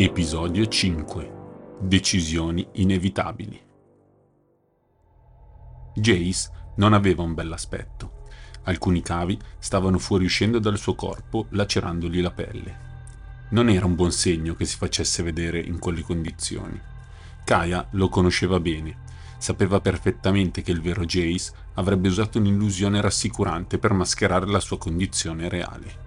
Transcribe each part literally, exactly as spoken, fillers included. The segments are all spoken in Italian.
Episodio cinque. Decisioni inevitabili. Jace non aveva un bell'aspetto. Alcuni cavi stavano fuoriuscendo dal suo corpo, lacerandogli la pelle. Non era un buon segno che si facesse vedere in quelle condizioni. Kaya lo conosceva bene. Sapeva perfettamente che il vero Jace avrebbe usato un'illusione rassicurante per mascherare la sua condizione reale.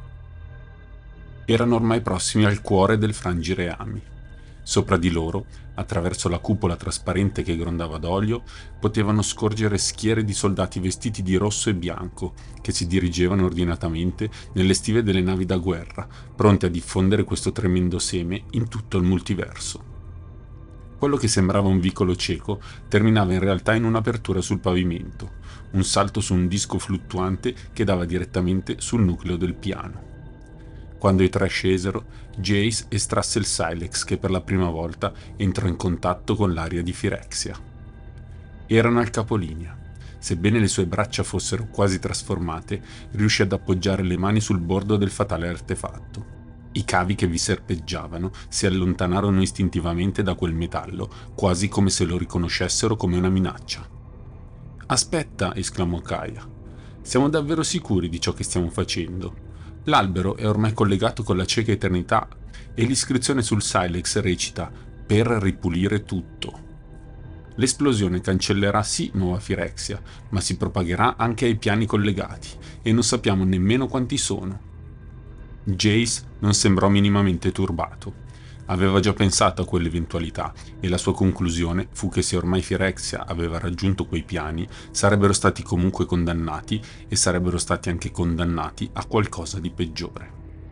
Erano ormai prossimi al cuore del Frangireami. Sopra di loro, attraverso la cupola trasparente che grondava d'olio, potevano scorgere schiere di soldati vestiti di rosso e bianco che si dirigevano ordinatamente nelle stive delle navi da guerra, pronte a diffondere questo tremendo seme in tutto il multiverso. Quello che sembrava un vicolo cieco terminava in realtà in un'apertura sul pavimento, un salto su un disco fluttuante che dava direttamente sul nucleo del piano. Quando i tre scesero, Jace estrasse il Silex che per la prima volta entrò in contatto con l'aria di Phyrexia. Erano al capolinea. Sebbene le sue braccia fossero quasi trasformate, riuscì ad appoggiare le mani sul bordo del fatale artefatto. I cavi che vi serpeggiavano si allontanarono istintivamente da quel metallo, quasi come se lo riconoscessero come una minaccia. «Aspetta!» esclamò Kaya. «Siamo davvero sicuri di ciò che stiamo facendo?» L'albero è ormai collegato con la cieca eternità e l'iscrizione sul Silex recita «per ripulire tutto». L'esplosione cancellerà sì Nuova Phyrexia, ma si propagherà anche ai piani collegati e non sappiamo nemmeno quanti sono. Jace non sembrò minimamente turbato. Aveva già pensato a quell'eventualità e la sua conclusione fu che se ormai Phyrexia aveva raggiunto quei piani, sarebbero stati comunque condannati e sarebbero stati anche condannati a qualcosa di peggiore.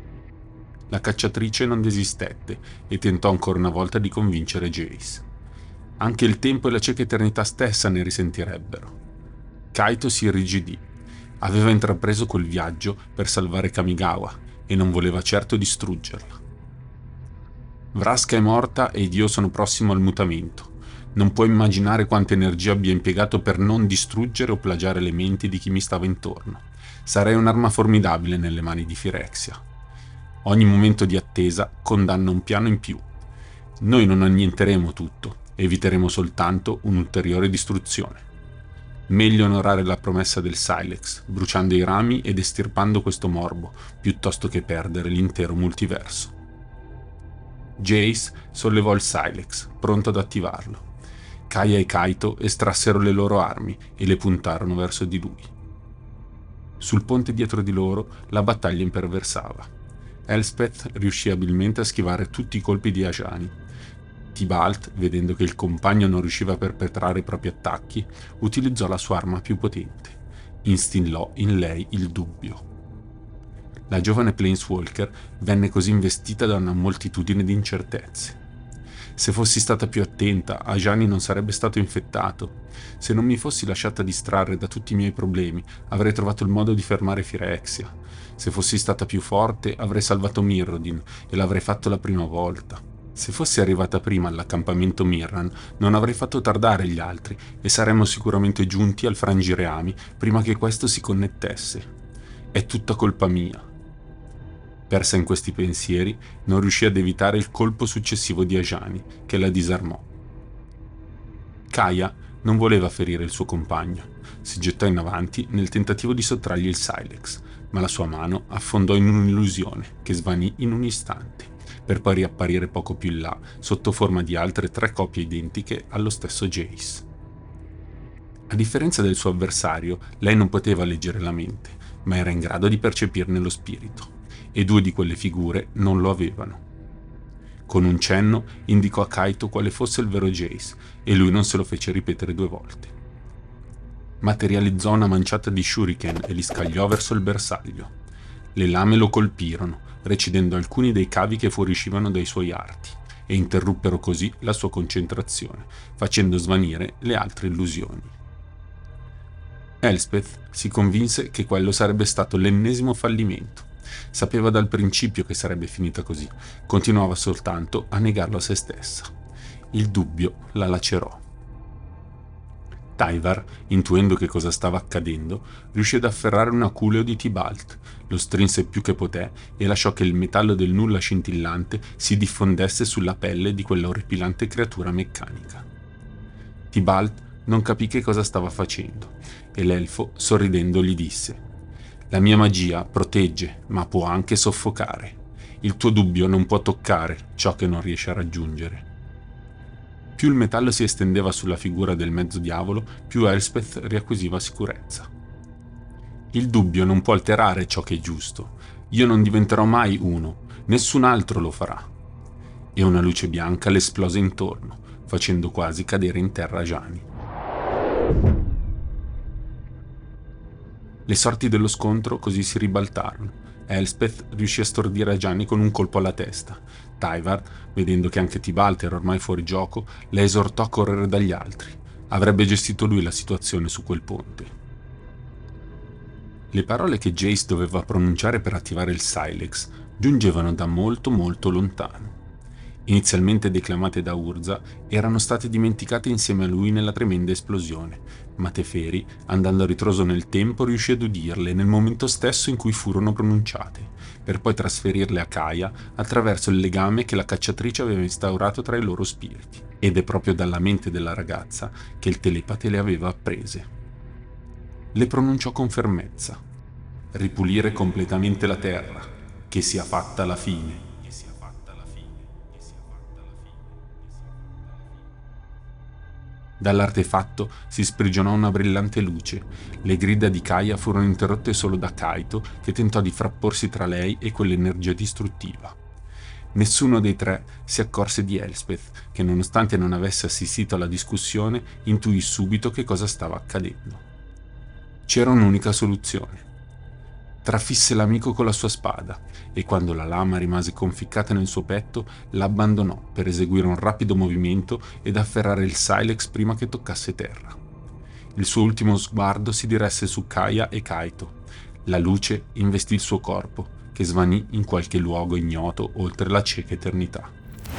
La cacciatrice non desistette e tentò ancora una volta di convincere Jace. Anche il tempo e la cieca eternità stessa ne risentirebbero. Kaito si irrigidì. Aveva intrapreso quel viaggio per salvare Kamigawa e non voleva certo distruggerla. Vraska è morta ed io sono prossimo al mutamento. Non puoi immaginare quanta energia abbia impiegato per non distruggere o plagiare le menti di chi mi stava intorno. Sarei un'arma formidabile nelle mani di Phyrexia. Ogni momento di attesa condanna un piano in più. Noi non annienteremo tutto, eviteremo soltanto un'ulteriore distruzione. Meglio onorare la promessa del Silex, bruciando i rami ed estirpando questo morbo, piuttosto che perdere l'intero multiverso. Jace sollevò il Silex, pronto ad attivarlo. Kaya e Kaito estrassero le loro armi e le puntarono verso di lui. Sul ponte dietro di loro la battaglia imperversava. Elspeth riuscì abilmente a schivare tutti i colpi di Ajani. Tibalt, vedendo che il compagno non riusciva a perpetrare i propri attacchi, utilizzò la sua arma più potente. Instillò in lei il dubbio. La giovane Planeswalker venne così investita da una moltitudine di incertezze. Se fossi stata più attenta, Ajani non sarebbe stato infettato. Se non mi fossi lasciata distrarre da tutti i miei problemi, avrei trovato il modo di fermare Phyrexia. Se fossi stata più forte, avrei salvato Mirrodin e l'avrei fatto la prima volta. Se fossi arrivata prima all'accampamento Mirran, non avrei fatto tardare gli altri e saremmo sicuramente giunti al Frangireami prima che questo si connettesse. È tutta colpa mia. Persa in questi pensieri, non riuscì ad evitare il colpo successivo di Ajani, che la disarmò. Kaya non voleva ferire il suo compagno. Si gettò in avanti nel tentativo di sottrargli il Silex, ma la sua mano affondò in un'illusione che svanì in un istante, per poi riapparire poco più in là, sotto forma di altre tre copie identiche allo stesso Jace. A differenza del suo avversario, lei non poteva leggere la mente, ma era in grado di percepirne lo spirito. E due di quelle figure non lo avevano. Con un cenno indicò a Kaito quale fosse il vero Jace e lui non se lo fece ripetere due volte. Materializzò una manciata di shuriken e li scagliò verso il bersaglio. Le lame lo colpirono, recidendo alcuni dei cavi che fuoriuscivano dai suoi arti e interruppero così la sua concentrazione, facendo svanire le altre illusioni. Elspeth si convinse che quello sarebbe stato l'ennesimo fallimento. Sapeva dal principio che sarebbe finita così, continuava soltanto a negarlo a se stessa. Il dubbio la lacerò. Tyvar, intuendo che cosa stava accadendo, riuscì ad afferrare un aculeo di Tibalt, lo strinse più che poté e lasciò che il metallo del nulla scintillante si diffondesse sulla pelle di quella orripilante creatura meccanica. Tibalt non capì che cosa stava facendo e l'elfo, sorridendo, gli disse: «La mia magia protegge, ma può anche soffocare. Il tuo dubbio non può toccare ciò che non riesce a raggiungere». Più il metallo si estendeva sulla figura del mezzo diavolo, più Elspeth riacquisiva sicurezza. «Il dubbio non può alterare ciò che è giusto. Io non diventerò mai uno, nessun altro lo farà». E una luce bianca le esplose intorno, facendo quasi cadere in terra Jani. Le sorti dello scontro così si ribaltarono. Elspeth riuscì a stordire Jani con un colpo alla testa. Tyvar, vedendo che anche Tibalt era ormai fuori gioco, le esortò a correre dagli altri. Avrebbe gestito lui la situazione su quel ponte. Le parole che Jace doveva pronunciare per attivare il Silex giungevano da molto molto lontano. Inizialmente declamate da Urza, erano state dimenticate insieme a lui nella tremenda esplosione, ma Teferi, andando a ritroso nel tempo, riuscì ad udirle nel momento stesso in cui furono pronunciate, per poi trasferirle a Kaya attraverso il legame che la cacciatrice aveva instaurato tra i loro spiriti, ed è proprio dalla mente della ragazza che il telepate le aveva apprese. Le pronunciò con fermezza: «Ripulire completamente la terra, che sia fatta la fine». Dall'artefatto si sprigionò una brillante luce. Le grida di Kaya furono interrotte solo da Kaito, che tentò di frapporsi tra lei e quell'energia distruttiva. Nessuno dei tre si accorse di Elspeth, che nonostante non avesse assistito alla discussione, intuì subito che cosa stava accadendo. C'era un'unica soluzione. Trafisse l'amico con la sua spada e quando la lama rimase conficcata nel suo petto, l'abbandonò per eseguire un rapido movimento ed afferrare il Silex prima che toccasse terra. Il suo ultimo sguardo si diresse su Kaya e Kaito. La luce investì il suo corpo, che svanì in qualche luogo ignoto oltre la cieca eternità.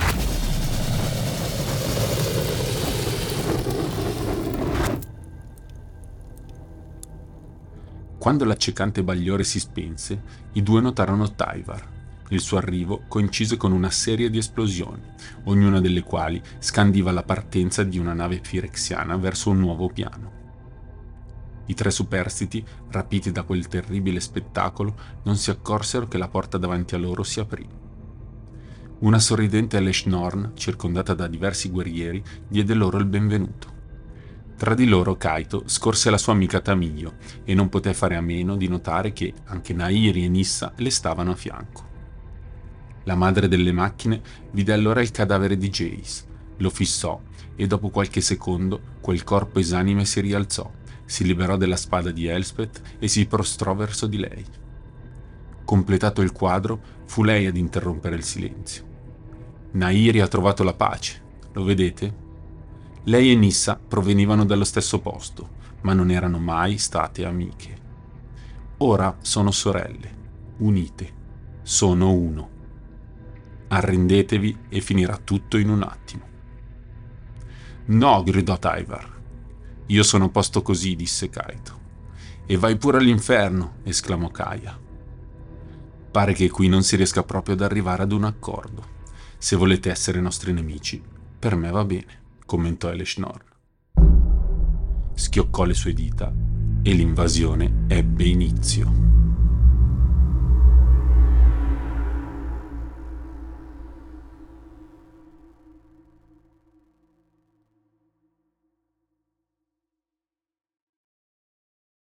Quando l'accecante bagliore si spense, i due notarono Tyvar. Il suo arrivo coincise con una serie di esplosioni, ognuna delle quali scandiva la partenza di una nave firexiana verso un nuovo piano. I tre superstiti, rapiti da quel terribile spettacolo, non si accorsero che la porta davanti a loro si aprì. Una sorridente Elesh Norn, circondata da diversi guerrieri, diede loro il benvenuto. Tra di loro Kaito scorse la sua amica Tamiyo e non poté fare a meno di notare che anche Nahiri e Nissa le stavano a fianco. La madre delle macchine vide allora il cadavere di Jace, lo fissò e dopo qualche secondo quel corpo esanime si rialzò, si liberò della spada di Elspeth e si prostrò verso di lei. Completato il quadro, fu lei ad interrompere il silenzio. Nahiri ha trovato la pace, lo vedete? Lei e Nissa provenivano dallo stesso posto, ma non erano mai state amiche. Ora sono sorelle, unite, sono uno. Arrendetevi e finirà tutto in un attimo. No, gridò Tyvar. Io sono a posto così, disse Kaito. E vai pure all'inferno, esclamò Kaya. Pare che qui non si riesca proprio ad arrivare ad un accordo. Se volete essere nostri nemici, per me va bene, commentò Elesh Norn. Schioccò le sue dita e l'invasione ebbe inizio.